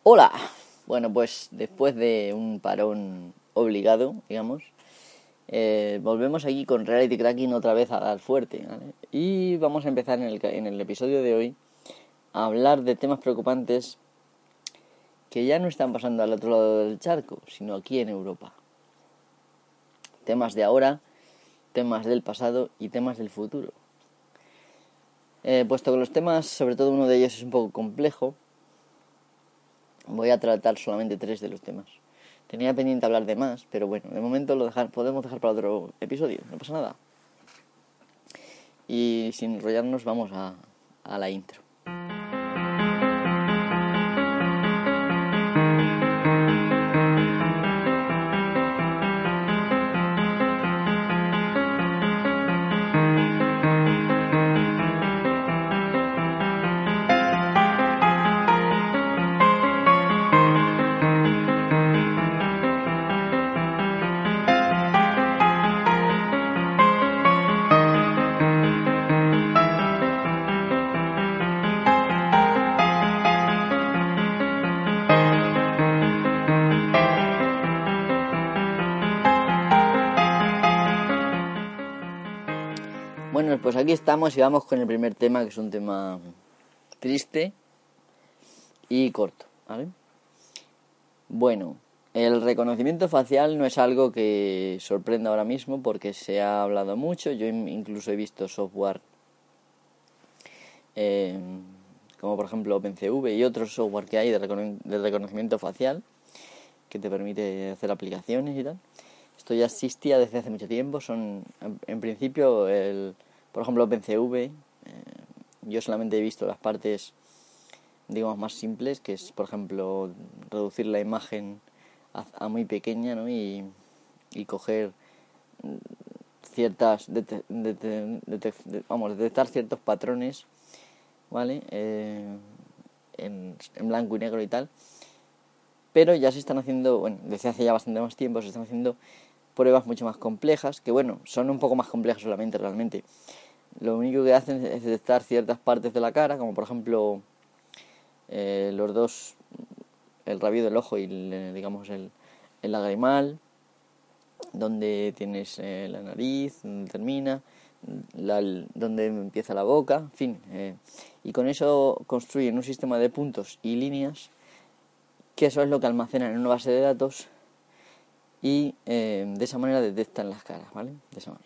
Hola, bueno, pues después de un parón obligado, digamos, volvemos aquí con Reality Cracking otra vez a dar fuerte, ¿vale? Y vamos a empezar en el episodio de hoy a hablar de temas preocupantes que ya no están pasando al otro lado del charco, sino aquí en Europa. Temas de ahora, temas del pasado y temas del futuro. Puesto que los temas, sobre todo uno de ellos es un poco complejo, voy a tratar solamente 3 de los temas. Tenía pendiente hablar de más, pero bueno, de momento podemos dejar para otro episodio, no pasa nada. Y sin enrollarnos vamos a la intro. Bueno, pues aquí estamos y vamos con el primer tema, que es un tema triste y corto, ¿vale? Bueno, el reconocimiento facial no es algo que sorprenda ahora mismo porque se ha hablado mucho. Yo incluso he visto software como por ejemplo OpenCV y otros software que hay de reconocimiento facial que te permite hacer aplicaciones y tal. Esto ya existía desde hace mucho tiempo. Son, en principio, por ejemplo, OpenCV, yo solamente he visto las partes, digamos, más simples, que es, por ejemplo, reducir la imagen a muy pequeña, ¿no? Y coger ciertas, detectar ciertos patrones, ¿vale? En blanco y negro y tal. Pero ya se están haciendo, bueno, desde hace ya bastante más tiempo se están haciendo pruebas mucho más complejas, que bueno, son un poco más complejas solamente realmente. Lo único que hacen es detectar ciertas partes de la cara, como por ejemplo los dos, el rabillo del ojo y digamos el lagrimal, donde tienes la nariz, donde termina, donde empieza la boca, en fin. Y con eso construyen un sistema de puntos y líneas, que eso es lo que almacenan en una base de datos y de esa manera detectan las caras, ¿vale? De esa manera.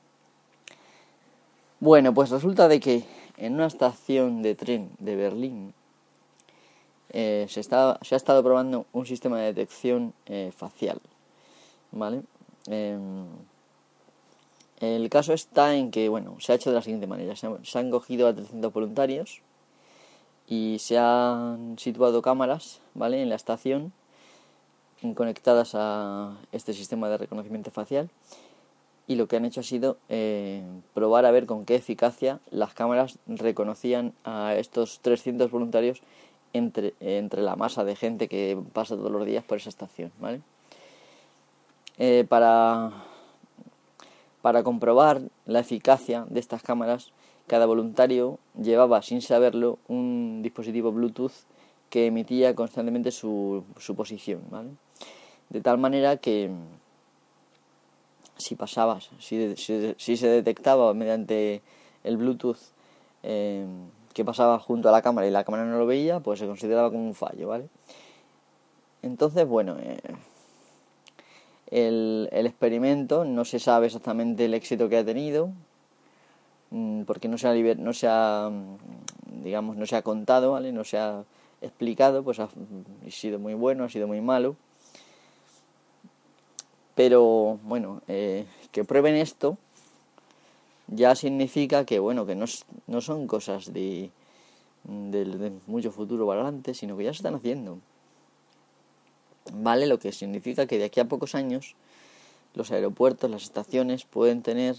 Bueno, pues resulta de que en una estación de tren de Berlín se ha estado probando un sistema de detección facial, ¿vale? El caso está en que, bueno, se ha hecho de la siguiente manera. Se han cogido a 300 voluntarios y se han situado cámaras, ¿vale?, en la estación conectadas a este sistema de reconocimiento facial, y lo que han hecho ha sido probar a ver con qué eficacia las cámaras reconocían a estos 300 voluntarios entre la masa de gente que pasa todos los días por esa estación, ¿vale? Para comprobar la eficacia de estas cámaras, cada voluntario llevaba, sin saberlo, un dispositivo Bluetooth que emitía constantemente su posición, ¿vale? De tal manera que si se detectaba mediante el Bluetooth que pasaba junto a la cámara y la cámara no lo veía, pues se consideraba como un fallo, ¿vale? Entonces, bueno, el experimento no se sabe exactamente el éxito que ha tenido, porque no se ha contado, ¿vale? No se ha explicado, pues ha sido muy bueno, ha sido muy malo. Pero bueno, que prueben esto ya significa que, bueno, que no son cosas de mucho futuro para adelante, sino que ya se están haciendo, ¿vale? Lo que significa que de aquí a pocos años los aeropuertos, las estaciones pueden tener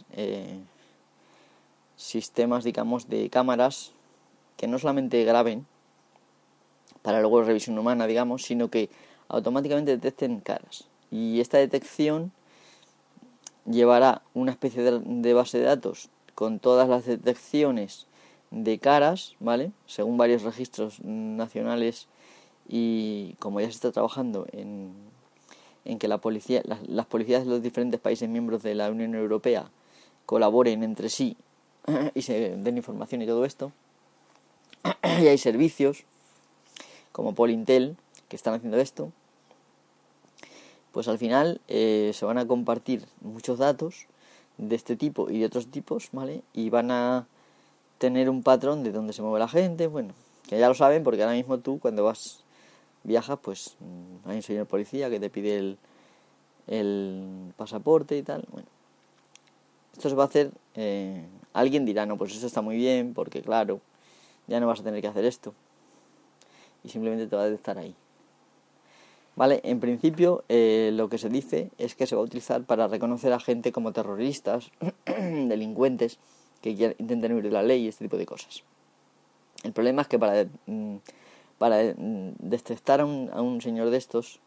sistemas, digamos, de cámaras que no solamente graben para luego revisión humana, digamos, sino que automáticamente detecten caras. Y esta detección llevará una especie de base de datos con todas las detecciones de caras, ¿vale?, según varios registros nacionales y como ya se está trabajando en que la policía, las policías de los diferentes países miembros de la Unión Europea colaboren entre sí y se den información y todo esto, y hay servicios como Polintel que están haciendo esto, pues al final se van a compartir muchos datos de este tipo y de otros tipos, ¿vale? Y van a tener un patrón de dónde se mueve la gente, bueno, que ya lo saben porque ahora mismo tú cuando viajas, pues hay un señor policía que te pide el pasaporte y tal, bueno. Esto se va a hacer, alguien dirá, no, pues eso está muy bien porque claro, ya no vas a tener que hacer esto y simplemente te va a estar ahí. Vale, en principio lo que se dice es que se va a utilizar para reconocer a gente como terroristas, delincuentes que intenten huir de la ley y este tipo de cosas. El problema es que para detectar a un señor de estos,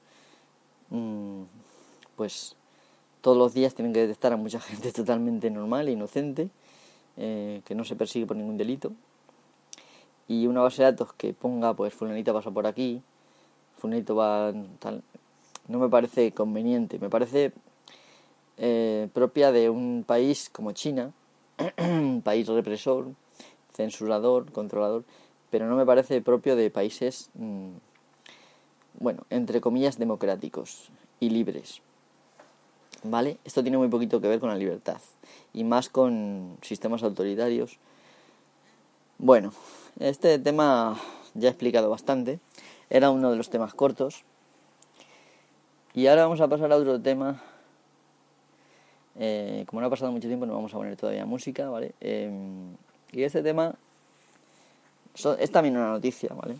pues todos los días tienen que detectar a mucha gente totalmente normal e inocente, que no se persigue por ningún delito, y una base de datos que ponga, pues fulanito pasa por aquí, fulanito va tal, no me parece conveniente, me parece propia de un país como China, un país represor, censurador, controlador, pero no me parece propio de países, bueno, entre comillas, democráticos y libres. ¿Vale? Esto tiene muy poquito que ver con la libertad y más con sistemas autoritarios. Bueno, este tema ya he explicado bastante, era uno de los temas cortos y ahora vamos a pasar a otro tema. Como no ha pasado mucho tiempo no vamos a poner todavía música, ¿vale? Y este tema es también una noticia, ¿vale?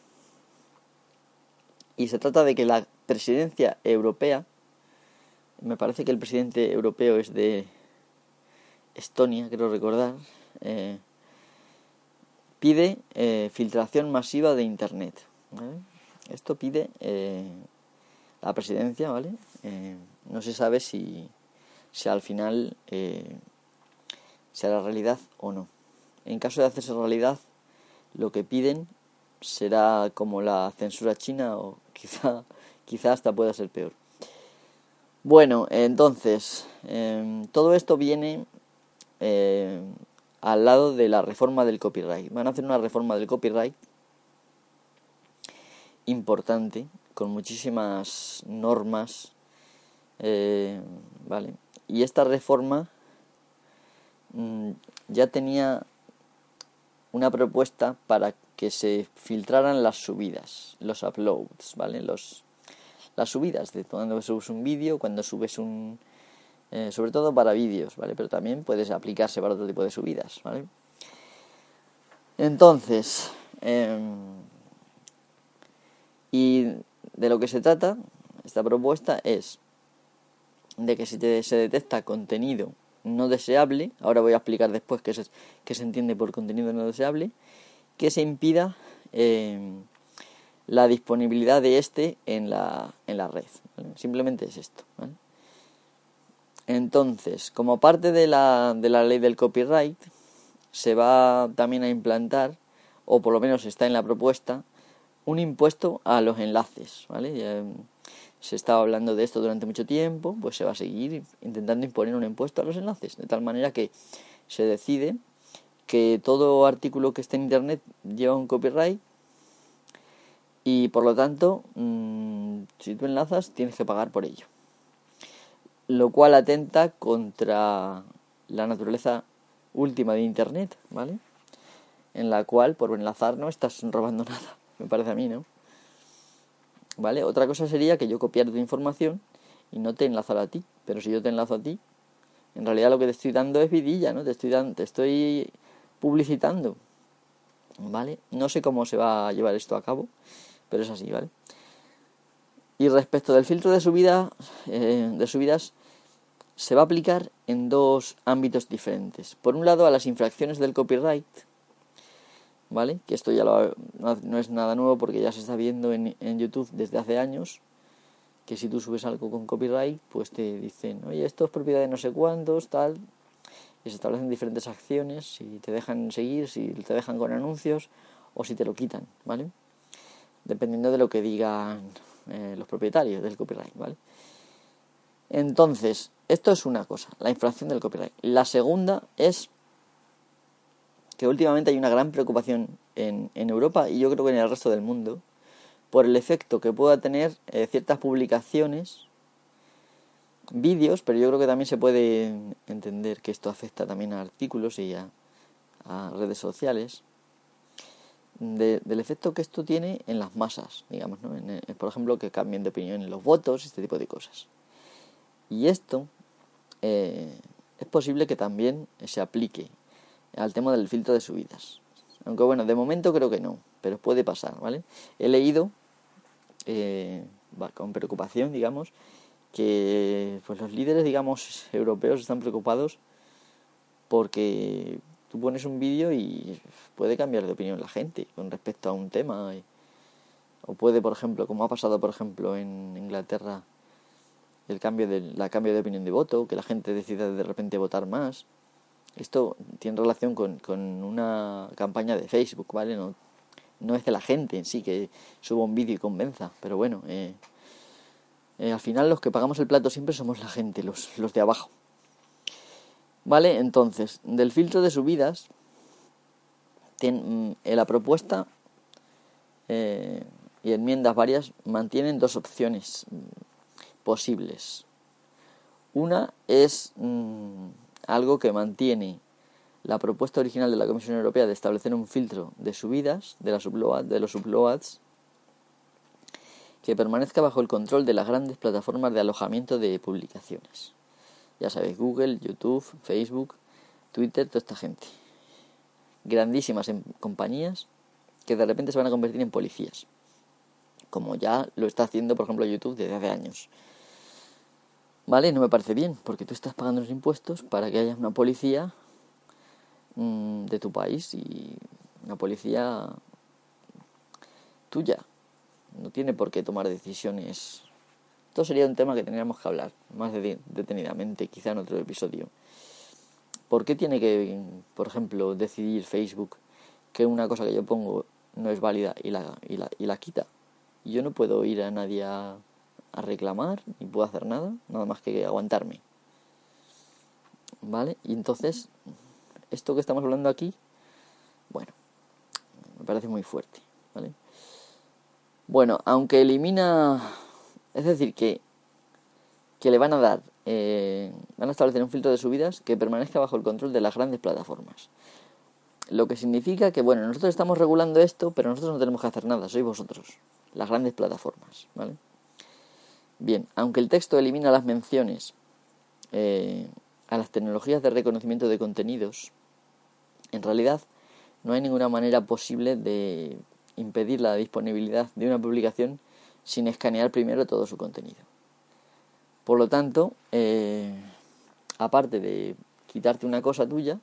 Y se trata de que la presidencia europea, me parece que el presidente europeo es de Estonia, creo recordar, pide filtración masiva de Internet, ¿vale? Esto pide la presidencia, ¿vale? No se sabe si al final se hará realidad o no. En caso de hacerse realidad, lo que piden será como la censura china o quizá hasta pueda ser peor. Bueno, entonces, todo esto viene al lado de la reforma del copyright. Van a hacer una reforma del copyright importante, con muchísimas normas, ¿vale? Y esta reforma ya tenía una propuesta para que se filtraran las subidas, los uploads, ¿vale? Las subidas de cuando subes un vídeo, cuando subes sobre todo para vídeos, ¿vale? Pero también puedes aplicarse para otro tipo de subidas, ¿vale? Entonces, y de lo que se trata, esta propuesta es de que si se detecta contenido no deseable, ahora voy a explicar después qué se entiende por contenido no deseable, que se impida la disponibilidad de este en la red, ¿vale? Simplemente es esto, ¿vale? Entonces, como parte de la ley del copyright, se va también a implantar, o por lo menos está en la propuesta, un impuesto a los enlaces, ¿vale? Ya se estaba hablando de esto durante mucho tiempo, pues se va a seguir intentando imponer un impuesto a los enlaces, de tal manera que se decide que todo artículo que esté en Internet lleva un copyright y por lo tanto, si tú enlazas, tienes que pagar por ello. Lo cual atenta contra la naturaleza última de Internet, ¿vale? En la cual, por enlazar, no estás robando nada, me parece a mí, ¿no? ¿Vale? Otra cosa sería que yo copiara tu información y no te enlazara a ti. Pero si yo te enlazo a ti, en realidad lo que te estoy dando es vidilla, ¿no? Te estoy publicitando, ¿vale? No sé cómo se va a llevar esto a cabo, pero es así, ¿vale? Y respecto del filtro de subidas, se va a aplicar en dos ámbitos diferentes. Por un lado, a las infracciones del copyright, ¿vale? Que esto ya no es nada nuevo porque ya se está viendo en YouTube desde hace años, que si tú subes algo con copyright, pues te dicen, oye, esto es propiedad de no sé cuántos, tal, y se establecen diferentes acciones, si te dejan seguir, si te dejan con anuncios, o si te lo quitan, ¿vale? dependiendo de lo que digan los propietarios del copyright, ¿vale? Entonces, esto es una cosa, la infracción del copyright. La segunda es que últimamente hay una gran preocupación en Europa y yo creo que en el resto del mundo por el efecto que pueda tener ciertas publicaciones, vídeos, pero yo creo que también se puede entender que esto afecta también a artículos y a redes sociales, del efecto que esto tiene en las masas, digamos, ¿no? Por ejemplo, que cambien de opinión en los votos, este tipo de cosas. Y esto es posible que también se aplique al tema del filtro de subidas. Aunque bueno, de momento creo que no, pero puede pasar, ¿vale? He leído con preocupación, digamos, que pues los líderes, digamos, europeos están preocupados porque tú pones un vídeo y puede cambiar de opinión la gente con respecto a un tema. O puede, por ejemplo, como ha pasado, por ejemplo, en Inglaterra, la cambio de opinión de voto, que la gente decida de repente votar más. Esto tiene relación con una campaña de Facebook, ¿vale? No es de la gente en sí que suba un vídeo y convenza, pero bueno, al final los que pagamos el plato siempre somos la gente, los de abajo. Vale, entonces, del filtro de subidas, la propuesta y enmiendas varias mantienen dos opciones posibles. Una es algo que mantiene la propuesta original de la Comisión Europea de establecer un filtro de subidas de los uploads que permanezca bajo el control de las grandes plataformas de alojamiento de publicaciones. Ya sabéis, Google, YouTube, Facebook, Twitter, toda esta gente. Grandísimas compañías que de repente se van a convertir en policías. Como ya lo está haciendo, por ejemplo, YouTube desde hace años. ¿Vale? No me parece bien, porque tú estás pagando los impuestos para que haya una policía de tu país y una policía tuya. No tiene por qué tomar decisiones. Esto sería un tema que tendríamos que hablar más detenidamente, quizá en otro episodio. ¿Por qué tiene que, por ejemplo, decidir Facebook que una cosa que yo pongo no es válida y la quita? Y yo no puedo ir a nadie a reclamar, ni puedo hacer nada más que aguantarme. ¿Vale? Y entonces, esto que estamos hablando aquí, bueno, me parece muy fuerte, ¿vale? Bueno, aunque elimina, es decir, que le van a dar, van a establecer un filtro de subidas que permanezca bajo el control de las grandes plataformas. Lo que significa que, bueno, nosotros estamos regulando esto, pero nosotros no tenemos que hacer nada, sois vosotros, las grandes plataformas, ¿vale? Bien, aunque el texto elimina las menciones a las tecnologías de reconocimiento de contenidos, en realidad no hay ninguna manera posible de impedir la disponibilidad de una publicación sin escanear primero todo su contenido. Por lo tanto, aparte de quitarte una cosa tuya,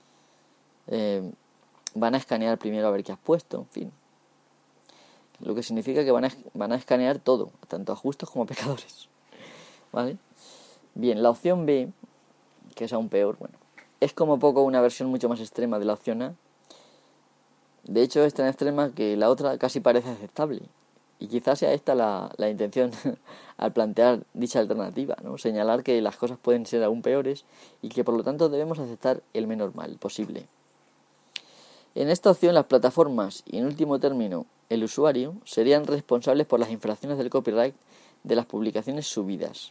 van a escanear primero a ver qué has puesto, en fin. Lo que significa que van a escanear todo, tanto a justos como a pecadores. ¿Vale? Bien, la opción B, que es aún peor, bueno, es como poco una versión mucho más extrema de la opción A. De hecho, es tan extrema que la otra casi parece aceptable. Y quizás sea esta la intención al plantear dicha alternativa, ¿no? Señalar que las cosas pueden ser aún peores y que por lo tanto debemos aceptar el menor mal posible. En esta opción, las plataformas y, en último término, el usuario serían responsables por las infracciones del copyright de las publicaciones subidas.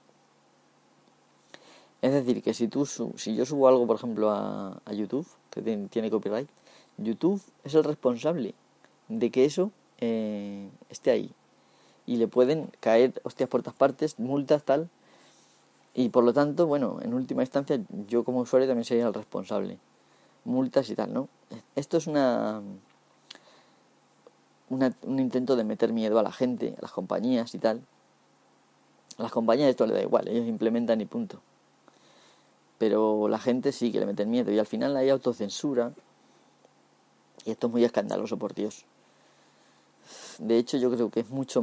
Es decir, que si yo subo algo, por ejemplo, a YouTube, que tiene copyright, YouTube es el responsable de que eso esté ahí. Y le pueden caer hostias por todas partes, multas, tal. Y por lo tanto, bueno, en última instancia, yo como usuario también sería el responsable. Multas y tal, ¿no? Esto es un intento de meter miedo a la gente, a las compañías y tal. A las compañías esto les da igual, ellos implementan y punto. Pero la gente sí que le meten miedo y al final hay autocensura. Y esto es muy escandaloso, por Dios. De hecho, yo creo que es mucho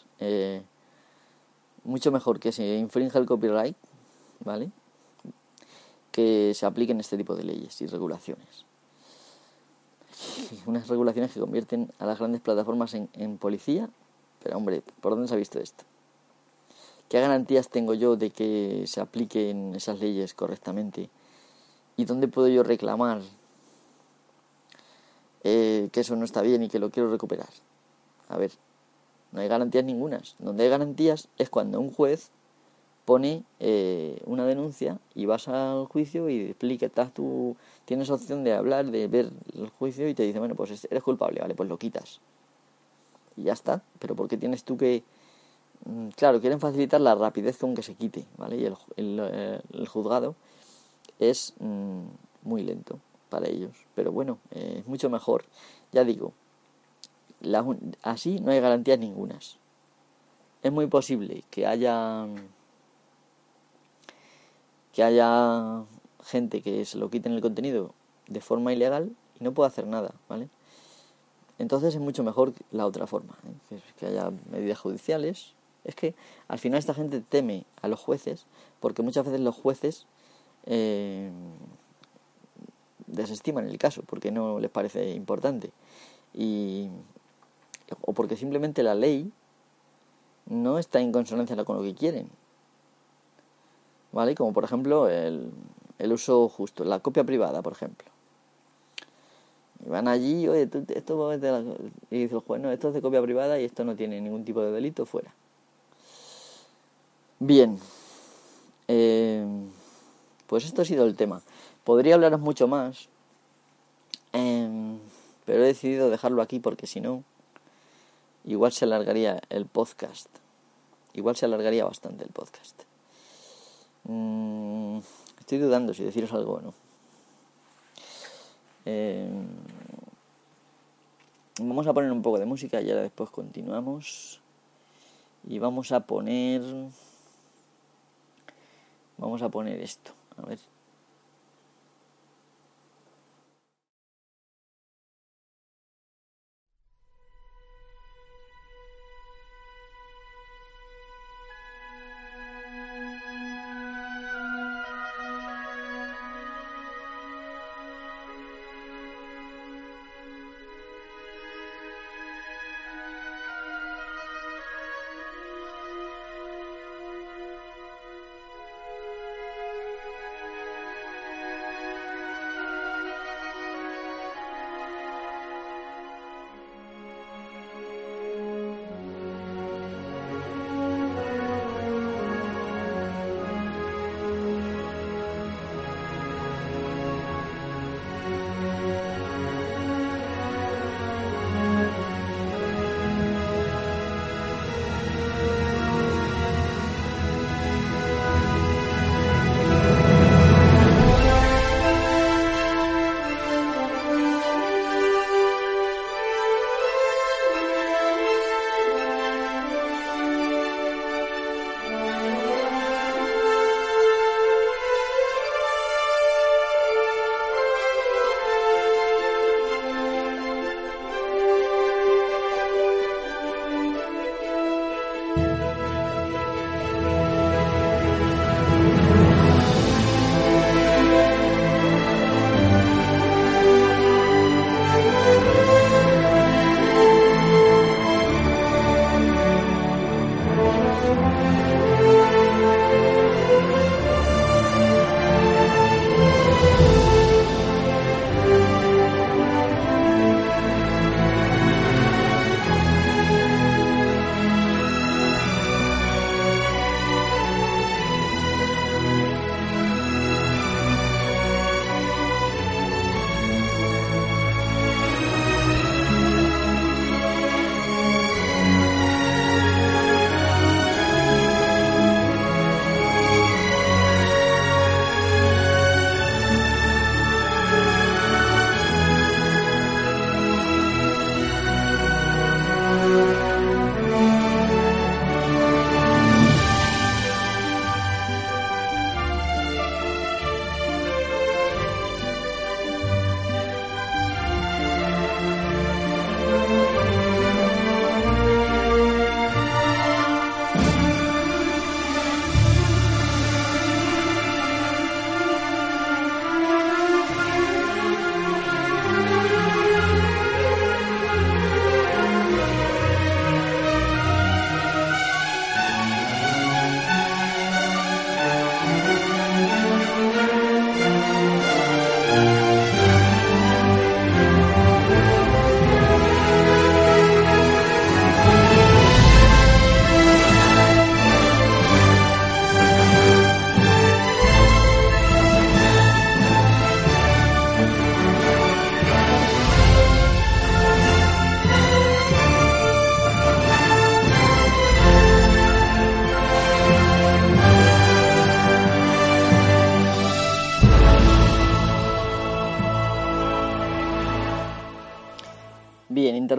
mejor que se infrinja el copyright, ¿vale? Que se apliquen este tipo de leyes y regulaciones. unas regulaciones que convierten a las grandes plataformas en policía. Pero hombre, ¿por dónde se ha visto esto? ¿Qué garantías tengo yo de que se apliquen esas leyes correctamente? ¿Y dónde puedo yo reclamar que eso no está bien y que lo quiero recuperar? A ver, no hay garantías ningunas. Donde hay garantías es cuando un juez pone una denuncia y vas al juicio y explica, tienes opción de hablar, de ver el juicio y te dice, bueno, pues eres culpable, vale, pues lo quitas. Y ya está. Pero ¿por qué tienes tú que...? Claro, quieren facilitar la rapidez con que se quite, ¿vale? Y el juzgado es muy lento para ellos. Pero bueno, es mucho mejor. Ya digo, así no hay garantías ningunas. Es muy posible que haya gente que se lo quite en el contenido de forma ilegal y no pueda hacer nada, ¿vale? Entonces es mucho mejor la otra forma, ¿eh? Que haya medidas judiciales. Es que al final esta gente teme a los jueces porque muchas veces los jueces desestiman el caso porque no les parece importante o porque simplemente la ley no está en consonancia con lo que quieren, ¿vale? Como por ejemplo el uso justo, la copia privada, por ejemplo. Y van allí, oye, esto es y dice el juez, no, esto es de copia privada y esto no tiene ningún tipo de delito, fuera. Bien, pues esto ha sido el tema. Podría hablaros mucho más, pero he decidido dejarlo aquí porque si no, igual se alargaría el podcast. Igual se alargaría bastante el podcast. Estoy dudando si deciros algo o no. Vamos a poner un poco de música y ahora después continuamos. Y vamos a poner esto. A ver.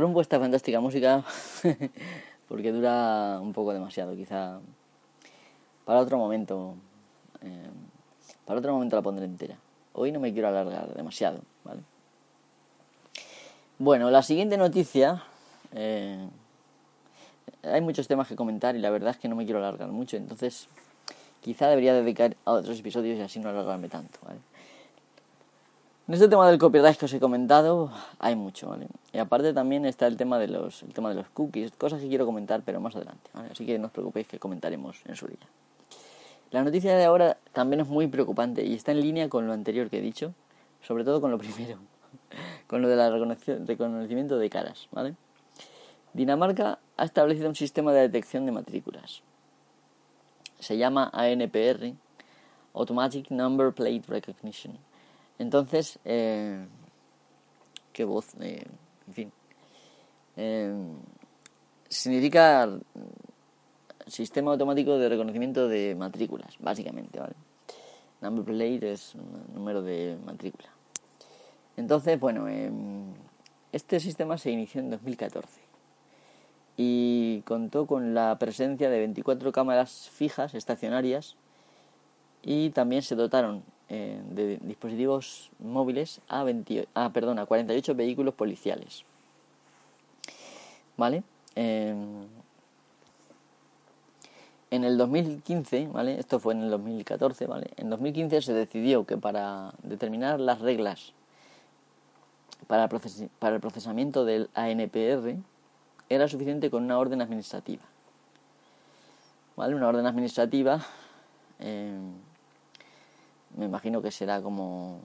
interrumpo esta fantástica música porque dura un poco demasiado, quizá para otro momento. Para otro momento la pondré entera. Hoy no me quiero alargar demasiado, ¿vale? Bueno, la siguiente noticia... hay muchos temas que comentar y la verdad es que no me quiero alargar mucho, entonces quizá debería dedicar a otros episodios y así no alargarme tanto, ¿vale? En este tema del copyright que os he comentado hay mucho, ¿vale? Y aparte también está el tema de los cookies, cosas que quiero comentar pero más adelante, ¿vale? Así que no os preocupéis que comentaremos en su día. La noticia de ahora también es muy preocupante y está en línea con lo anterior que he dicho, sobre todo con lo primero, con lo del reconocimiento de caras, ¿vale? Dinamarca ha establecido un sistema de detección de matrículas. Se llama ANPR, Automatic Number Plate Recognition. Entonces, qué voz, en fin. Significa sistema automático de reconocimiento de matrículas, básicamente, ¿vale? Number plate es un número de matrícula. Entonces, bueno, este sistema se inició en 2014 y contó con la presencia de 24 cámaras fijas estacionarias y también se dotaron de dispositivos móviles a 48 vehículos policiales, ¿vale? En el 2015, ¿vale? Esto fue en el 2014, ¿vale? En 2015 se decidió que para determinar las reglas para el procesamiento del ANPR era suficiente con una orden administrativa, ¿vale? Una orden administrativa, me imagino que será como...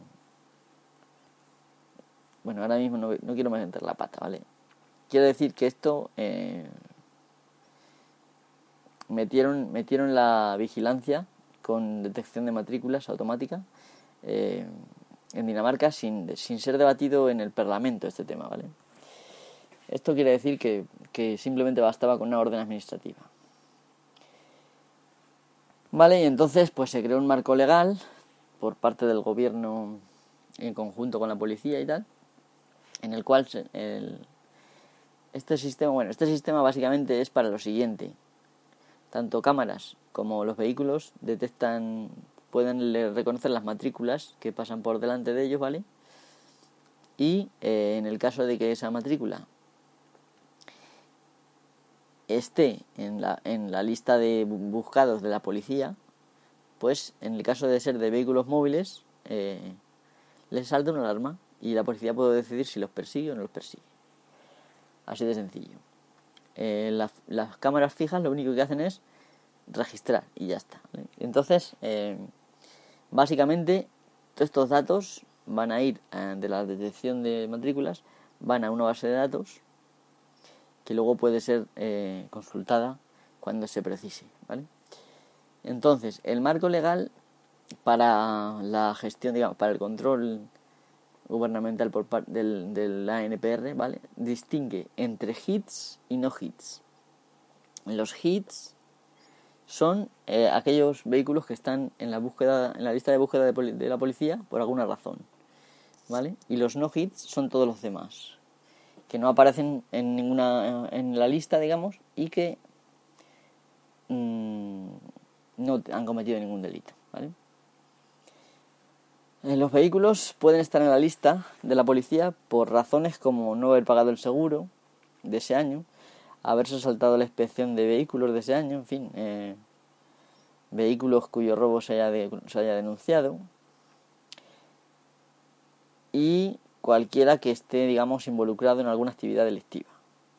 Bueno, ahora mismo no quiero meter la pata, ¿vale? Quiero decir que esto... metieron la vigilancia con detección de matrículas automática en Dinamarca sin ser debatido en el Parlamento este tema, ¿vale? Esto quiere decir que simplemente bastaba con una orden administrativa, ¿vale? Y entonces pues se creó un marco legal por parte del gobierno en conjunto con la policía y tal, en el cual este sistema básicamente es para lo siguiente: tanto cámaras como los vehículos pueden reconocer las matrículas que pasan por delante de ellos, ¿vale? Y en el caso de que esa matrícula esté en la lista de buscados de la policía, pues en el caso de ser de vehículos móviles, les salta una alarma y la policía puede decidir si los persigue o no los persigue. Así de sencillo. Las cámaras fijas lo único que hacen es registrar y ya está, ¿vale? Entonces, básicamente, todos estos datos van a ir de la detección de matrículas, van a una base de datos que luego puede ser consultada cuando se precise, ¿vale? Entonces, el marco legal para la gestión, digamos, para el control gubernamental por parte del ANPR, ¿vale?, distingue entre hits y no hits. Los hits son aquellos vehículos que están en la lista de búsqueda de la policía por alguna razón, ¿vale? Y los no hits son todos los demás, que no aparecen en la lista, digamos, y que no han cometido ningún delito, ¿vale? Los vehículos pueden estar en la lista de la policía por razones como no haber pagado el seguro de ese año, haberse saltado la inspección de vehículos de ese año, en fin, vehículos cuyo robo se haya denunciado, y cualquiera que esté, digamos, involucrado en alguna actividad delictiva,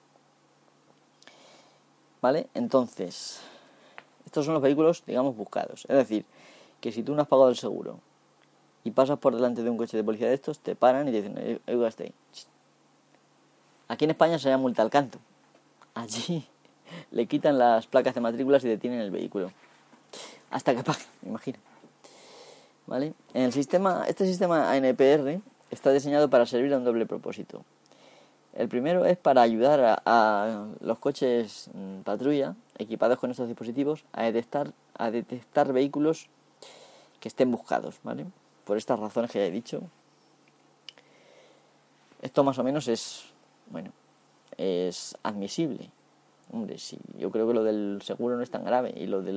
¿vale? Entonces, estos son los vehículos, digamos, buscados. Es decir, que si tú no has pagado el seguro y pasas por delante de un coche de policía de estos, te paran y te dicen, oiga, está ahí. Aquí en España se llama multa al canto. Allí le quitan las placas de matrículas y detienen el vehículo hasta que pague, me imagino, ¿vale? Este sistema ANPR está diseñado para servir a un doble propósito. El primero es para ayudar a los coches patrulla equipados con estos dispositivos a detectar vehículos que estén buscados, ¿vale? Por estas razones que ya he dicho. Esto más o menos es, bueno, es admisible. Hombre, sí, yo creo que lo del seguro no es tan grave y lo de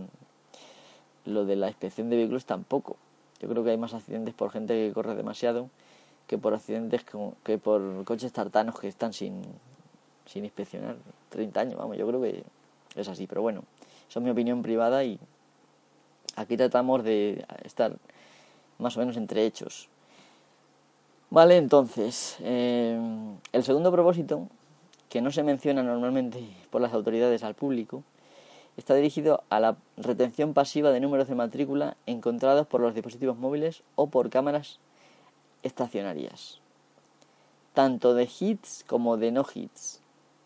la inspección de vehículos tampoco. Yo creo que hay más accidentes por gente que corre demasiado que por accidentes que por coches tartanos que están sin inspeccionar 30 años. Vamos, yo creo que es así, pero bueno, eso es mi opinión privada y aquí tratamos de estar más o menos entre hechos. Vale, entonces, el segundo propósito, que no se menciona normalmente por las autoridades al público, está dirigido a la retención pasiva de números de matrícula encontrados por los dispositivos móviles o por cámaras estacionarias, tanto de hits como de no hits.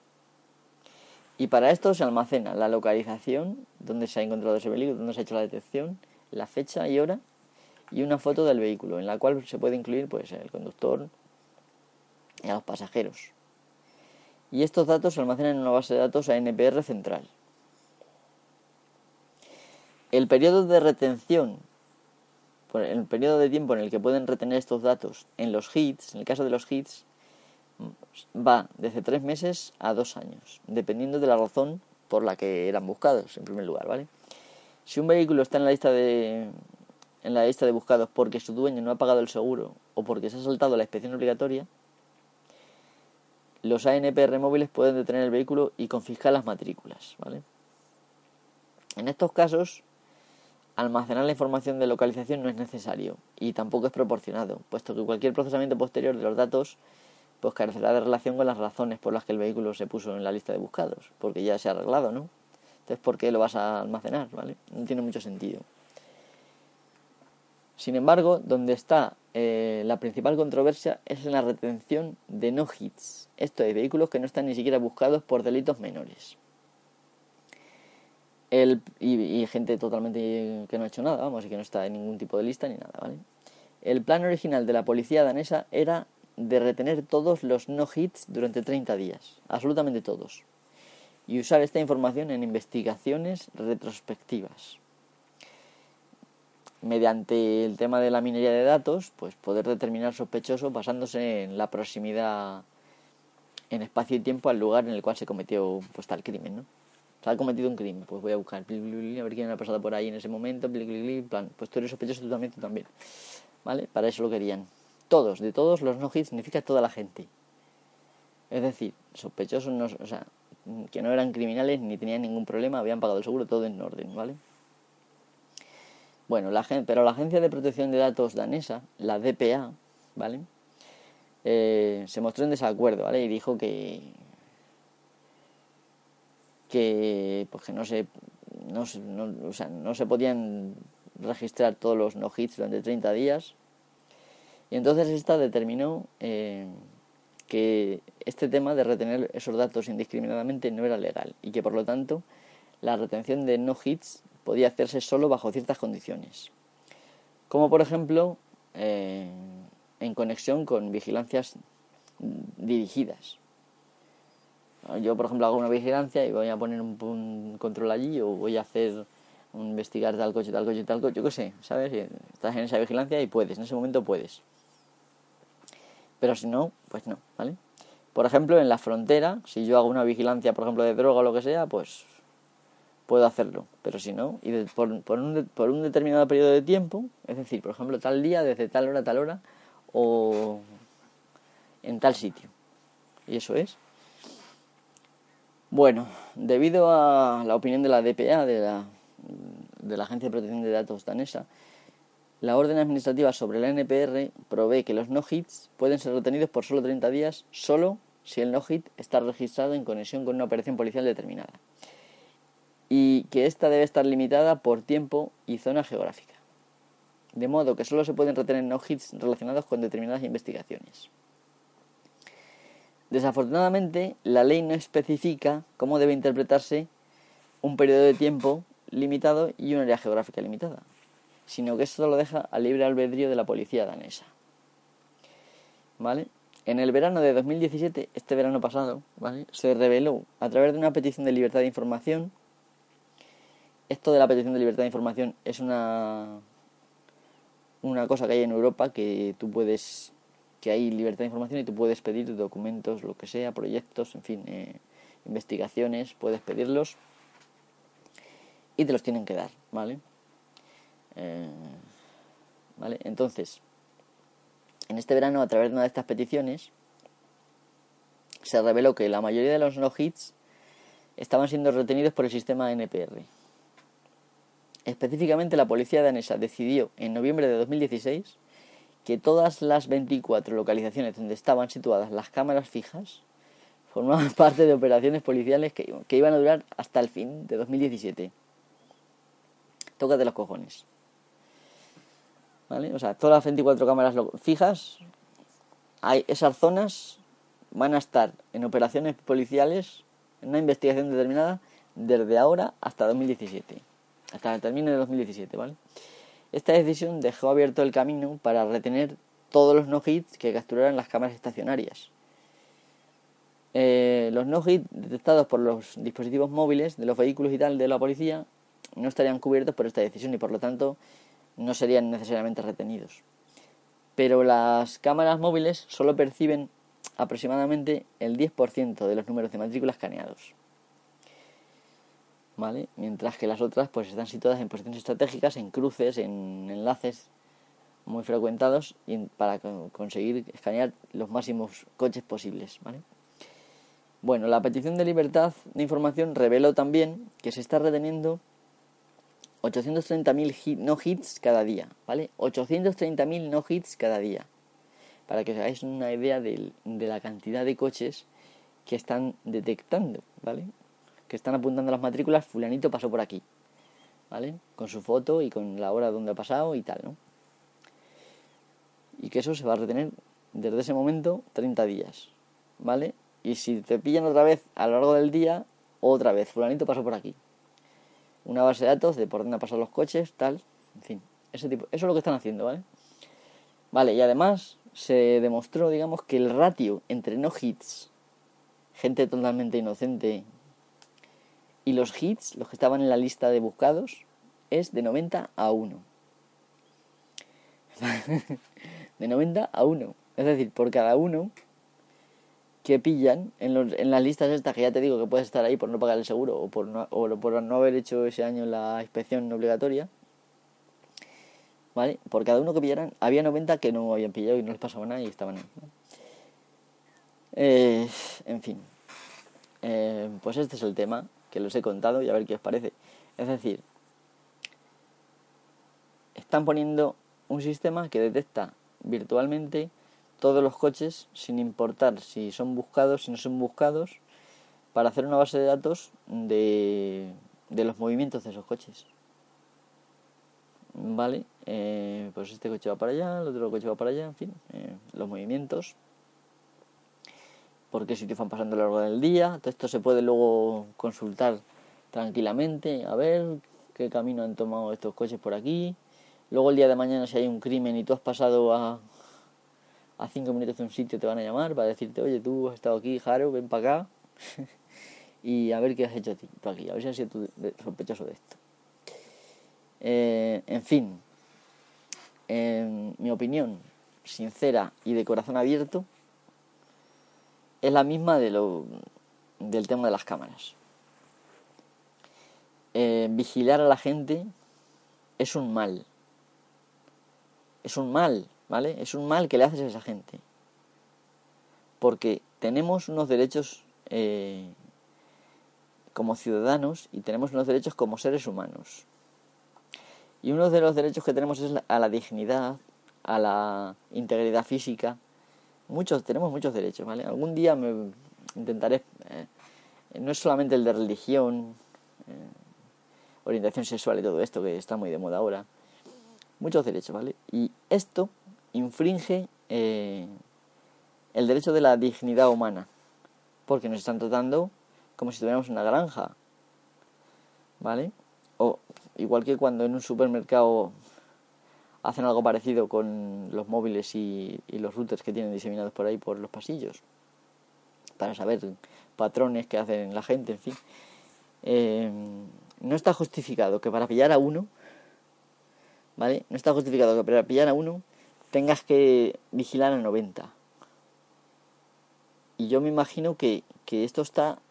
Y para esto se almacena la localización, donde se ha encontrado ese vehículo, donde se ha hecho la detección, la fecha y hora, y una foto del vehículo, en la cual se puede incluir pues el conductor y a los pasajeros. Y estos datos se almacenan en una base de datos ANPR central. El periodo de retención, el periodo de tiempo en el que pueden retener estos datos en los hits, en el caso de los hits, va desde 3 meses a 2 años, dependiendo de la razón por la que eran buscados, en primer lugar, ¿vale? Si un vehículo está en la lista de buscados porque su dueño no ha pagado el seguro o porque se ha saltado la inspección obligatoria, los ANPR móviles pueden detener el vehículo y confiscar las matrículas, ¿vale? En estos casos, almacenar la información de localización no es necesario y tampoco es proporcionado, puesto que cualquier procesamiento posterior de los datos pues carecerá de relación con las razones por las que el vehículo se puso en la lista de buscados, porque ya se ha arreglado, ¿no? Entonces, ¿por qué lo vas a almacenar, ¿vale? No tiene mucho sentido. Sin embargo, donde está la principal controversia es en la retención de no hits, esto es, vehículos que no están ni siquiera buscados por delitos menores. Y gente totalmente que no ha hecho nada, vamos, y que no está en ningún tipo de lista ni nada, ¿vale? El plan original de la policía danesa era de retener todos los no hits durante 30 días, absolutamente todos, y usar esta información en investigaciones retrospectivas. Mediante el tema de la minería de datos, pues poder determinar sospechosos basándose en la proximidad en espacio y tiempo al lugar en el cual se cometió pues tal crimen, ¿no? Se ha cometido un crimen, pues voy a buscar, a ver quién ha pasado por ahí en ese momento, plan, pues tú eres sospechoso, tú también, ¿vale? Para eso lo querían. Todos, de todos los no hits significa toda la gente. Es decir, sospechosos, no, o sea, que no eran criminales ni tenían ningún problema, habían pagado el seguro, todo en orden, ¿vale? Bueno, pero la Agencia de Protección de Datos danesa, la DPA, ¿vale? Se mostró en desacuerdo, ¿vale? Y dijo pues que no se podían registrar todos los no hits durante 30 días. Y entonces esta determinó que este tema de retener esos datos indiscriminadamente no era legal y que por lo tanto la retención de no hits podía hacerse solo bajo ciertas condiciones, como por ejemplo en conexión con vigilancias dirigidas. Yo por ejemplo hago una vigilancia y voy a poner un control allí, o voy a hacer investigar tal coche, yo qué sé, ¿sabes? Estás en esa vigilancia y puedes, en ese momento puedes. Pero si no, pues no, ¿vale? Por ejemplo, en la frontera, si yo hago una vigilancia, por ejemplo, de droga o lo que sea, pues puedo hacerlo. Pero si no, y por un determinado periodo de tiempo, es decir, por ejemplo, tal día, desde tal hora a tal hora, o en tal sitio. Y eso es. Bueno, debido a la opinión de la DPA, de la Agencia de Protección de Datos danesa, la orden administrativa sobre la NPR provee que los no-hits pueden ser retenidos por solo 30 días, solo si el no-hit está registrado en conexión con una operación policial determinada, y que ésta debe estar limitada por tiempo y zona geográfica, de modo que solo se pueden retener no-hits relacionados con determinadas investigaciones. Desafortunadamente, la ley no especifica cómo debe interpretarse un periodo de tiempo limitado y un área geográfica limitada, sino que esto lo deja al libre albedrío de la policía danesa. ¿Vale? En el verano de 2017, este verano pasado, ¿vale?, se reveló a través de una petición de libertad de información. Esto de la petición de libertad de información es una cosa que hay en Europa, que tú puedes que hay libertad de información y tú puedes pedir documentos, lo que sea, proyectos, en fin, investigaciones, puedes pedirlos y te los tienen que dar, ¿vale? ¿Vale? Entonces, en este verano, a través de una de estas peticiones, se reveló que la mayoría de los no-hits estaban siendo retenidos por el sistema NPR. Específicamente, la policía danesa decidió en noviembre de 2016 que todas las 24 localizaciones donde estaban situadas las cámaras fijas formaban parte de operaciones policiales que iban a durar hasta el fin de 2017. Tócate los cojones. ¿Vale? O sea, todas las 24 cámaras fijas, esas zonas van a estar en operaciones policiales, en una investigación determinada, desde ahora hasta 2017. Hasta el término de 2017, ¿vale? Esta decisión dejó abierto el camino para retener todos los no-hits que capturaran las cámaras estacionarias. Los no-hits detectados por los dispositivos móviles de los vehículos y tal de la policía no estarían cubiertos por esta decisión y por lo tanto no serían necesariamente retenidos. Pero las cámaras móviles solo perciben aproximadamente el 10% de los números de matrícula escaneados, ¿vale? Mientras que las otras pues están situadas en posiciones estratégicas, en cruces, en enlaces muy frecuentados y para conseguir escanear los máximos coches posibles, ¿vale? Bueno, la petición de libertad de información reveló también que se está reteniendo 830.000 no-hits cada día, ¿vale? 830.000 no-hits cada día. Para que os hagáis una idea de la cantidad de coches que están detectando, ¿vale? Que están apuntando las matrículas, fulanito pasó por aquí, ¿vale? Con su foto y con la hora donde ha pasado y tal, ¿no? Y que eso se va a retener desde ese momento 30 días, ¿vale? Y si te pillan otra vez a lo largo del día, otra vez, fulanito pasó por aquí. Una base de datos de por dónde han pasado los coches, tal, en fin, ese tipo, eso es lo que están haciendo, ¿vale? Vale, y además se demostró, digamos, que el ratio entre no hits, gente totalmente inocente, y los hits, los que estaban en la lista de buscados, es de 90 a 1. De 90 a 1. Es decir, por cada uno que pillan en las listas estas, que ya te digo que puedes estar ahí por no pagar el seguro o por no haber hecho ese año la inspección obligatoria, ¿vale? Por cada uno que pillaran, había 90 que no habían pillado y no les pasaba nada y estaban ahí, ¿no? En fin, pues este es el tema, que los he contado y a ver qué os parece. Es decir, están poniendo un sistema que detecta virtualmente todos los coches sin importar si son buscados, si no son buscados, para hacer una base de datos de los movimientos de esos coches. Vale, pues este coche va para allá, el otro coche va para allá, en fin, los movimientos, por qué sitios van pasando a lo largo del día. Todo esto se puede luego consultar tranquilamente, a ver qué camino han tomado estos coches por aquí. Luego el día de mañana, si hay un crimen y tú has pasado a 5 minutos de un sitio, te van a llamar para decirte, oye, tú has estado aquí, Jaro, ven para acá y a ver qué has hecho tú aquí, a ver si has sido tú sospechoso de esto. En fin, en mi opinión sincera y de corazón abierto, es la misma del tema de las cámaras. Vigilar a la gente es un mal. Es un mal, ¿vale? Es un mal que le haces a esa gente. Porque tenemos unos derechos como ciudadanos y tenemos unos derechos como seres humanos. Y uno de los derechos que tenemos es a la dignidad, a la integridad física. Tenemos muchos derechos, ¿vale? Algún día me intentaré... no es solamente el de religión, orientación sexual y todo esto, que está muy de moda ahora. Muchos derechos, ¿vale? Y esto infringe el derecho de la dignidad humana, porque nos están tratando como si tuviéramos una granja, ¿vale? O igual que cuando en un supermercado hacen algo parecido con los móviles y los routers que tienen diseminados por ahí por los pasillos, para saber patrones que hacen la gente, en fin. No está justificado que para pillar a uno, ¿vale? No está justificado que para pillar a uno tengas que vigilar a 90. Y yo me imagino que estos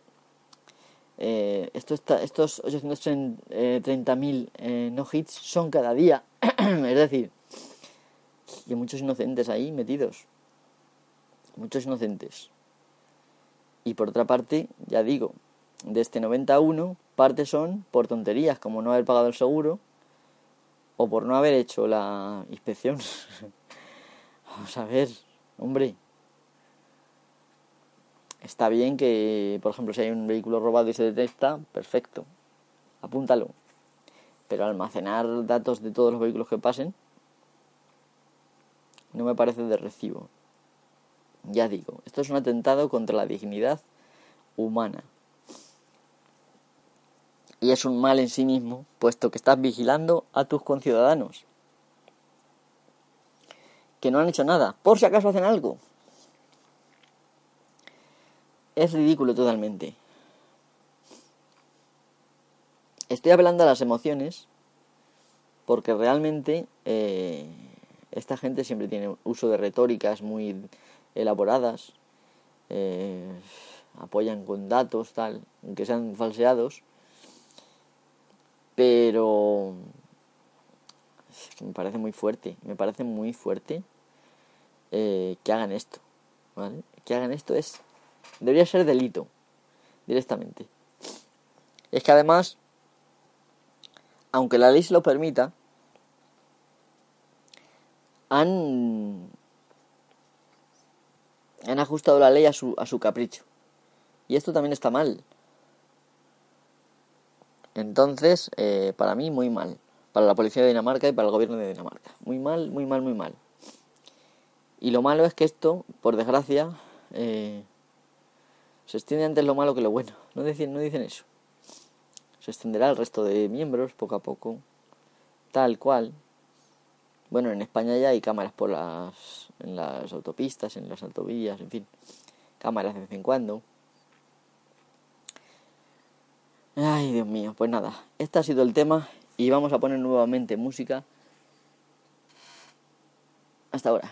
830.000 no hits son cada día. Es decir, que muchos inocentes ahí metidos. Muchos inocentes. Y por otra parte, ya digo, de este 91, parte son por tonterías, como no haber pagado el seguro o por no haber hecho la inspección. Vamos a ver, hombre. Está bien que, por ejemplo, si hay un vehículo robado y se detecta, perfecto, apúntalo. Pero almacenar datos de todos los vehículos que pasen no me parece de recibo. Ya digo, esto es un atentado contra la dignidad humana. Y es un mal en sí mismo, puesto que estás vigilando a tus conciudadanos, que no han hecho nada, por si acaso hacen algo. Es ridículo totalmente. Estoy apelando a las emociones, porque realmente esta gente siempre tiene uso de retóricas muy elaboradas, apoyan con datos, tal, aunque sean falseados, pero es que me parece muy fuerte que hagan esto, ¿vale? Que hagan esto debería ser delito directamente. Es que además, aunque la ley se lo permita, han ajustado la ley a su capricho. Y esto también está mal. Entonces, para mí, muy mal. Para la policía de Dinamarca y para el gobierno de Dinamarca. Muy mal, muy mal, muy mal. Y lo malo es que esto, por desgracia, se extiende antes lo malo que lo bueno. No dicen eso. Se extenderá al resto de miembros poco a poco. Tal cual. Bueno, en España ya hay cámaras en las autopistas, en las autovías, en fin. Cámaras de vez en cuando. Ay, Dios mío, pues nada, este ha sido el tema y vamos a poner nuevamente música. Hasta ahora.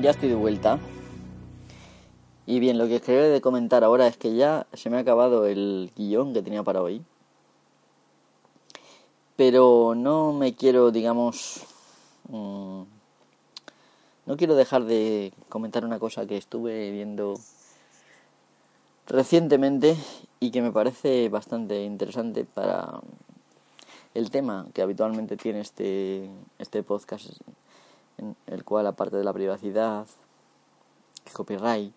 ya estoy de vuelta. Y bien, lo que quería de comentar ahora es que ya se me ha acabado el guión que tenía para hoy. Pero no me quiero, digamos... no quiero dejar de comentar una cosa que estuve viendo recientemente y que me parece bastante interesante para el tema que habitualmente tiene este podcast, en el cual, aparte de la privacidad, el copyright,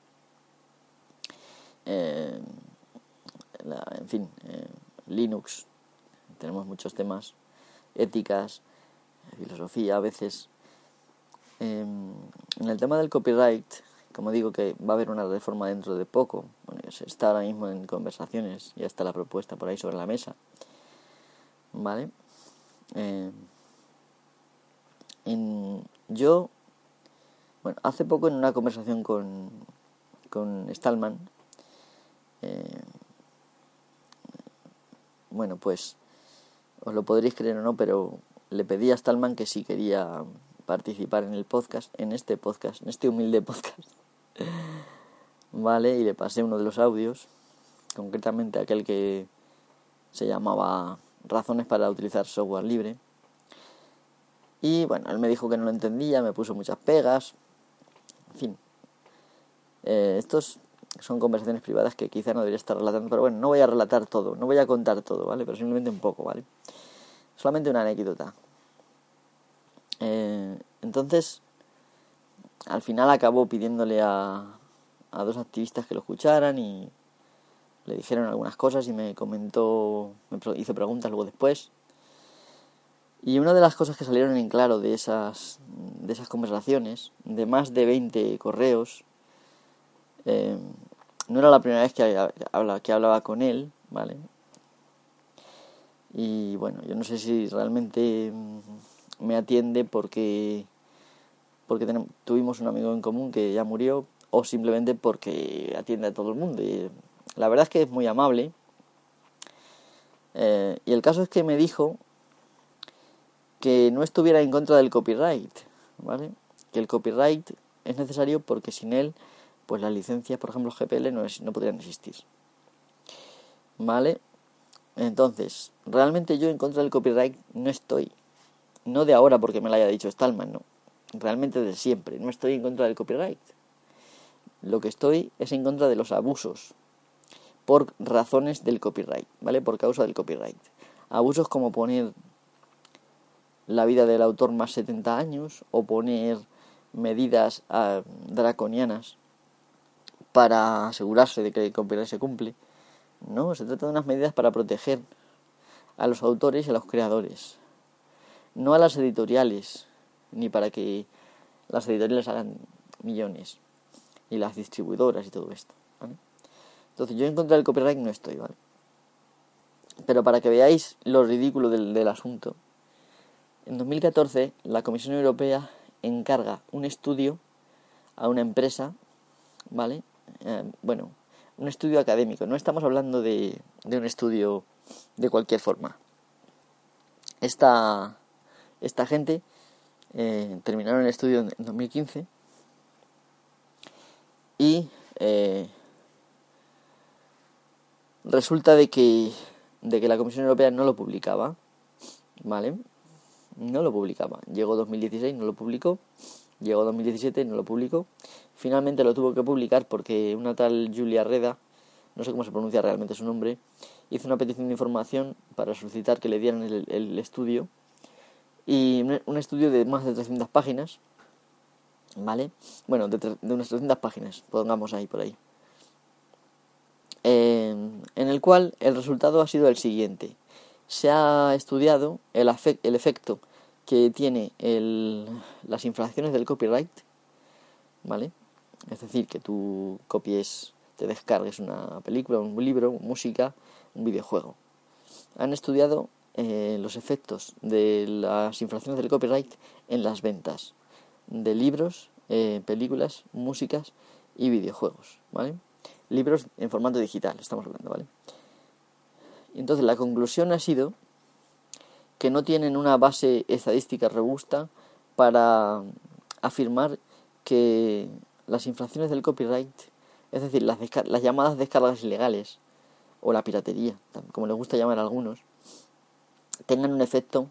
en fin, Linux, tenemos muchos temas, éticas, filosofía a veces. En el tema del copyright, como digo que va a haber una reforma dentro de poco, bueno, se está ahora mismo en conversaciones, ya está la propuesta por ahí sobre la mesa, ¿vale? Yo, bueno, hace poco en una conversación con Stallman, bueno, pues os lo podréis creer o no, pero le pedí a Stallman que si quería participar en el podcast, en este humilde podcast, ¿vale? Y le pasé uno de los audios, concretamente aquel que se llamaba Razones para utilizar software libre. Y bueno, él me dijo que no lo entendía, me puso muchas pegas, en fin. Estos son conversaciones privadas que quizá no debería estar relatando, pero bueno, no voy a relatar todo, no voy a contar todo, ¿vale? Pero simplemente un poco, ¿vale? Solamente una anécdota. Entonces, al final acabó pidiéndole a dos activistas que lo escucharan y le dijeron algunas cosas y me comentó, me hizo preguntas luego después. Y una de las cosas que salieron en claro de esas conversaciones, de más de 20 correos, no era la primera vez que hablaba con él, ¿vale? Y bueno, yo no sé si realmente me atiende porque tuvimos un amigo en común que ya murió, o simplemente porque atiende a todo el mundo. Y la verdad es que es muy amable. Y el caso es que me dijo que no estuviera en contra del copyright, ¿vale? Que el copyright es necesario porque sin él, pues las licencias, por ejemplo GPL, no podrían existir, ¿vale? Entonces, realmente yo en contra del copyright no estoy. No de ahora porque me lo haya dicho Stallman, no. Realmente de siempre. No estoy en contra del copyright. Lo que estoy es en contra de los abusos por razones del copyright, ¿vale? Por causa del copyright. Abusos como poner la vida del autor más 70 años o poner medidas draconianas para asegurarse de que el copyright se cumple. No, se trata de unas medidas para proteger a los autores y a los creadores, no a las editoriales, ni para que las editoriales hagan millones, y las distribuidoras y todo esto, ¿vale? Entonces yo en contra del copyright no estoy, ¿vale? Pero para que veáis lo ridículo del asunto, en 2014 la Comisión Europea encarga un estudio a una empresa, ¿vale? Bueno, un estudio académico, no estamos hablando de un estudio de cualquier forma. Esta gente terminaron el estudio en 2015 y resulta de que la Comisión Europea no lo publicaba, ¿vale? No lo publicaba. Llegó 2016, no lo publicó. Llegó 2017, no lo publicó. Finalmente lo tuvo que publicar porque una tal Julia Reda, no sé cómo se pronuncia realmente su nombre, hizo una petición de información para solicitar que le dieran el estudio. Y un estudio de más de 300 páginas, ¿vale? Bueno, de unas 300 páginas, pongamos ahí por ahí. En el cual el resultado ha sido el siguiente. Se ha estudiado el efecto que tiene las infracciones del copyright, ¿vale? Es decir, que tú te descargues una película, un libro, música, un videojuego. Han estudiado los efectos de las infracciones del copyright en las ventas de libros, películas, músicas y videojuegos, ¿vale? Libros en formato digital, estamos hablando, ¿vale? Y entonces la conclusión ha sido que no tienen una base estadística robusta para afirmar que las infracciones del copyright, es decir, las llamadas descargas ilegales, o la piratería, como les gusta llamar a algunos, tengan un efecto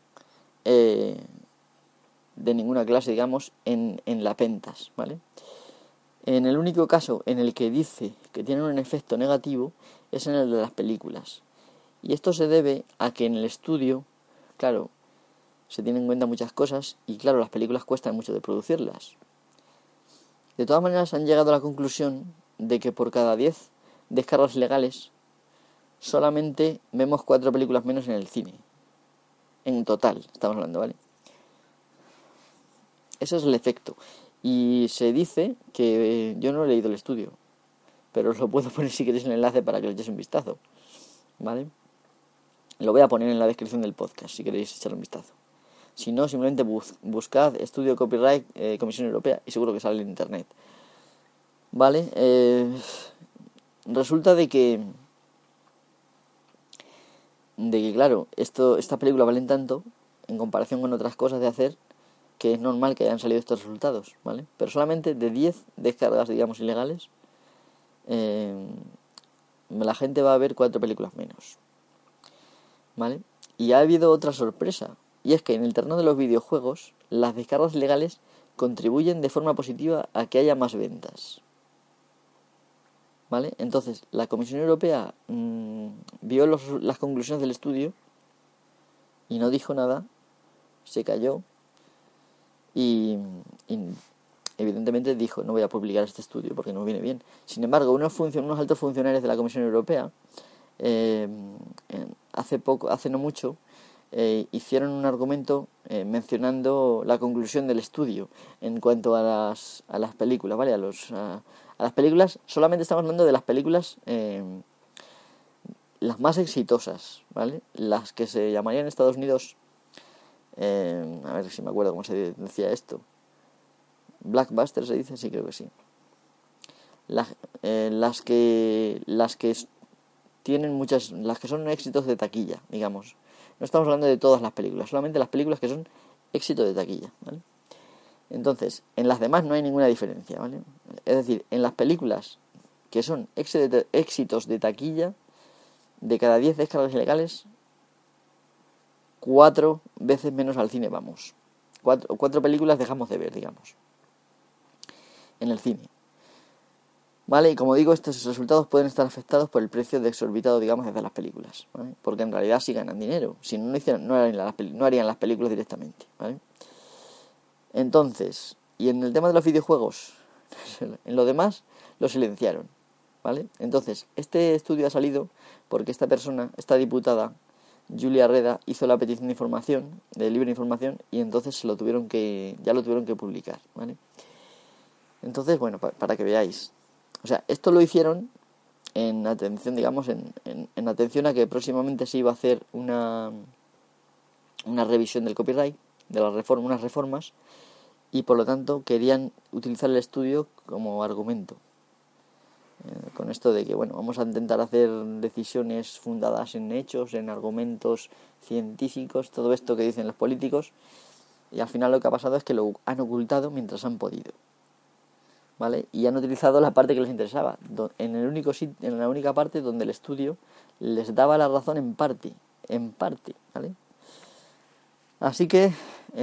de ninguna clase, digamos, en las ventas, ¿vale? En el único caso en el que dice que tienen un efecto negativo es en el de las películas. Y esto se debe a que en el estudio, claro, se tienen en cuenta muchas cosas y claro, las películas cuestan mucho de producirlas. De todas maneras han llegado a la conclusión de que por cada 10 descargas legales solamente vemos 4 películas menos en el cine. En total, estamos hablando, ¿vale? Ese es el efecto. Y se dice que yo no he leído el estudio, pero os lo puedo poner si queréis el enlace para que le echéis un vistazo, ¿vale? Lo voy a poner en la descripción del podcast si queréis echar un vistazo. Si no, simplemente buscad Estudio Copyright Comisión Europea y seguro que sale en internet. ¿Vale? Resulta de que claro, estas películas valen tanto en comparación con otras cosas de hacer que es normal que hayan salido estos resultados, ¿vale? Pero solamente de 10 descargas, digamos, ilegales, la gente va a ver 4 películas menos, ¿vale? Y ha habido otra sorpresa, y es que en el terreno de los videojuegos, las descargas ilegales contribuyen de forma positiva a que haya más ventas, ¿vale? Entonces, la Comisión Europea vio las conclusiones del estudio y no dijo nada, se calló y evidentemente dijo, no voy a publicar este estudio porque no viene bien. Sin embargo, unos altos funcionarios de la Comisión Europea hace no mucho hicieron un argumento mencionando la conclusión del estudio en cuanto a las películas, ¿vale? A las películas, solamente estamos hablando de las películas las más exitosas, ¿vale? Las que se llamarían en Estados Unidos, a ver si me acuerdo cómo se decía esto, Blackbuster se dice, sí, creo que sí. Las que tienen muchas, las que son éxitos de taquilla, digamos. No estamos hablando de todas las películas, solamente las películas que son éxito de taquilla, ¿vale? Entonces, en las demás no hay ninguna diferencia, ¿vale? Es decir, en las películas que son éxitos de taquilla, de cada 10 descargas ilegales, 4 veces menos al cine vamos. 4 películas dejamos de ver, digamos, en el cine. ¿Vale? Y como digo, estos resultados pueden estar afectados por el precio exorbitado, digamos, de las películas, ¿vale? Porque en realidad sí ganan dinero. Si no harían las películas directamente, ¿vale? Entonces, y en el tema de los videojuegos, en lo demás, lo silenciaron, ¿vale? Entonces, este estudio ha salido porque esta diputada, Julia Reda, hizo la petición de información, de libre información, y entonces ya lo tuvieron que publicar, ¿vale? Entonces, bueno, para que veáis. O sea, esto lo hicieron en atención, digamos, en atención a que próximamente se iba a hacer una revisión del copyright, de unas reformas, y por lo tanto querían utilizar el estudio como argumento. Con esto de que, bueno, vamos a intentar hacer decisiones fundadas en hechos, en argumentos científicos, todo esto que dicen los políticos, y al final lo que ha pasado es que lo han ocultado mientras han podido, ¿vale? Y han utilizado la parte que les interesaba, en la única parte donde el estudio les daba la razón en parte, ¿vale? Así que,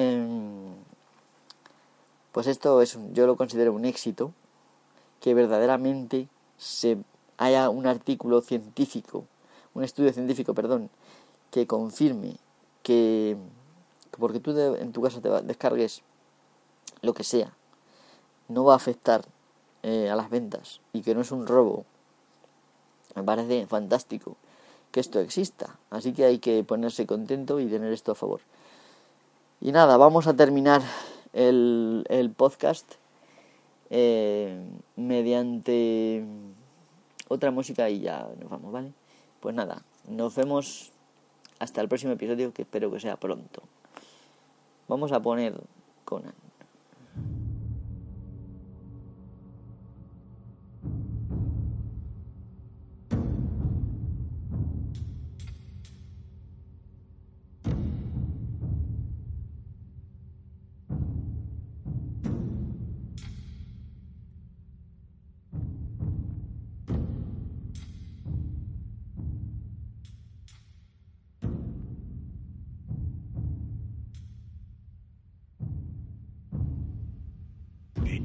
pues esto yo lo considero un éxito, que verdaderamente haya un artículo científico, un estudio científico, que confirme que porque tú en tu casa descargues lo que sea, no va a afectar a las ventas y que no es un robo. Me parece fantástico que esto exista, así que hay que ponerse contento y tener esto a favor. Y nada, vamos a terminar el podcast mediante otra música y ya nos vamos, ¿vale? Pues nada, nos vemos hasta el próximo episodio, que espero que sea pronto. Vamos a poner Conan.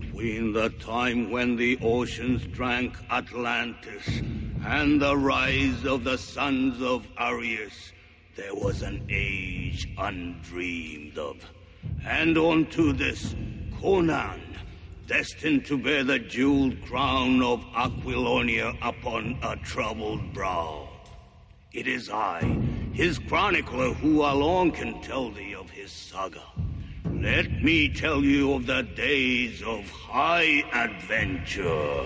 Between the time when the oceans drank Atlantis and the rise of the sons of Arius, there was an age undreamed of. And unto this, Conan, destined to bear the jeweled crown of Aquilonia upon a troubled brow. It is I, his chronicler, who alone can tell thee of his saga. Let me tell you of the days of high adventure.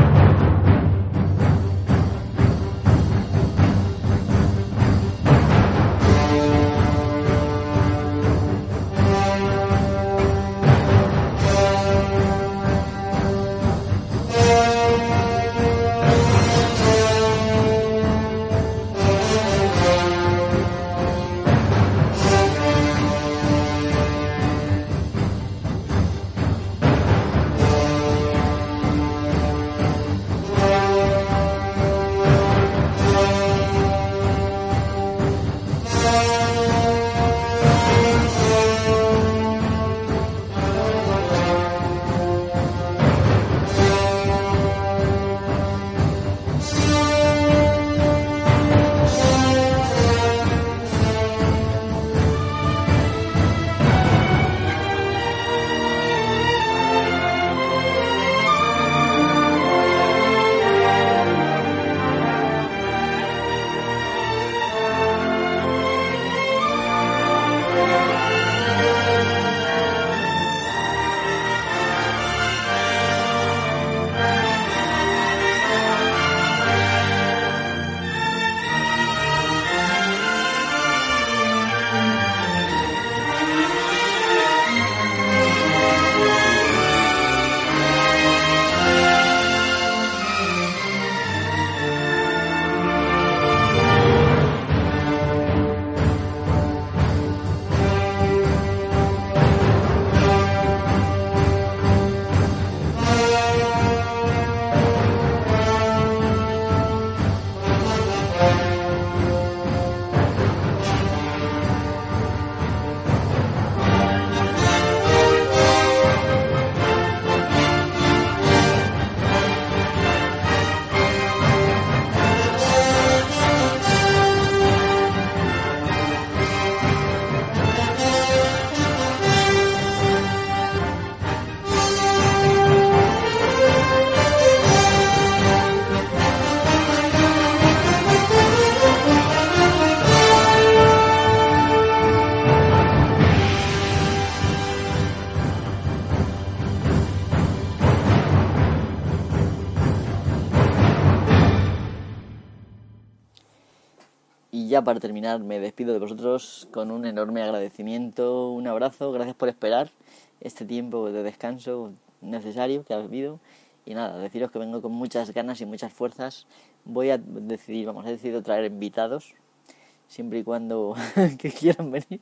Y ya para terminar me despido de vosotros con un enorme agradecimiento, un abrazo, gracias por esperar este tiempo de descanso necesario que ha habido. Y nada, deciros que vengo con muchas ganas y muchas fuerzas. He decidido traer invitados, siempre y cuando que quieran venir,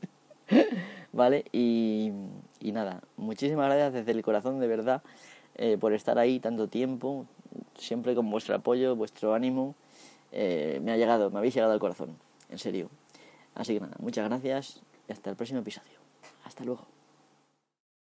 ¿vale? Y nada, muchísimas gracias desde el corazón, de verdad, por estar ahí tanto tiempo, siempre con vuestro apoyo, vuestro ánimo. Me habéis llegado al corazón, en serio. Así que nada, muchas gracias y hasta el próximo episodio. Hasta luego.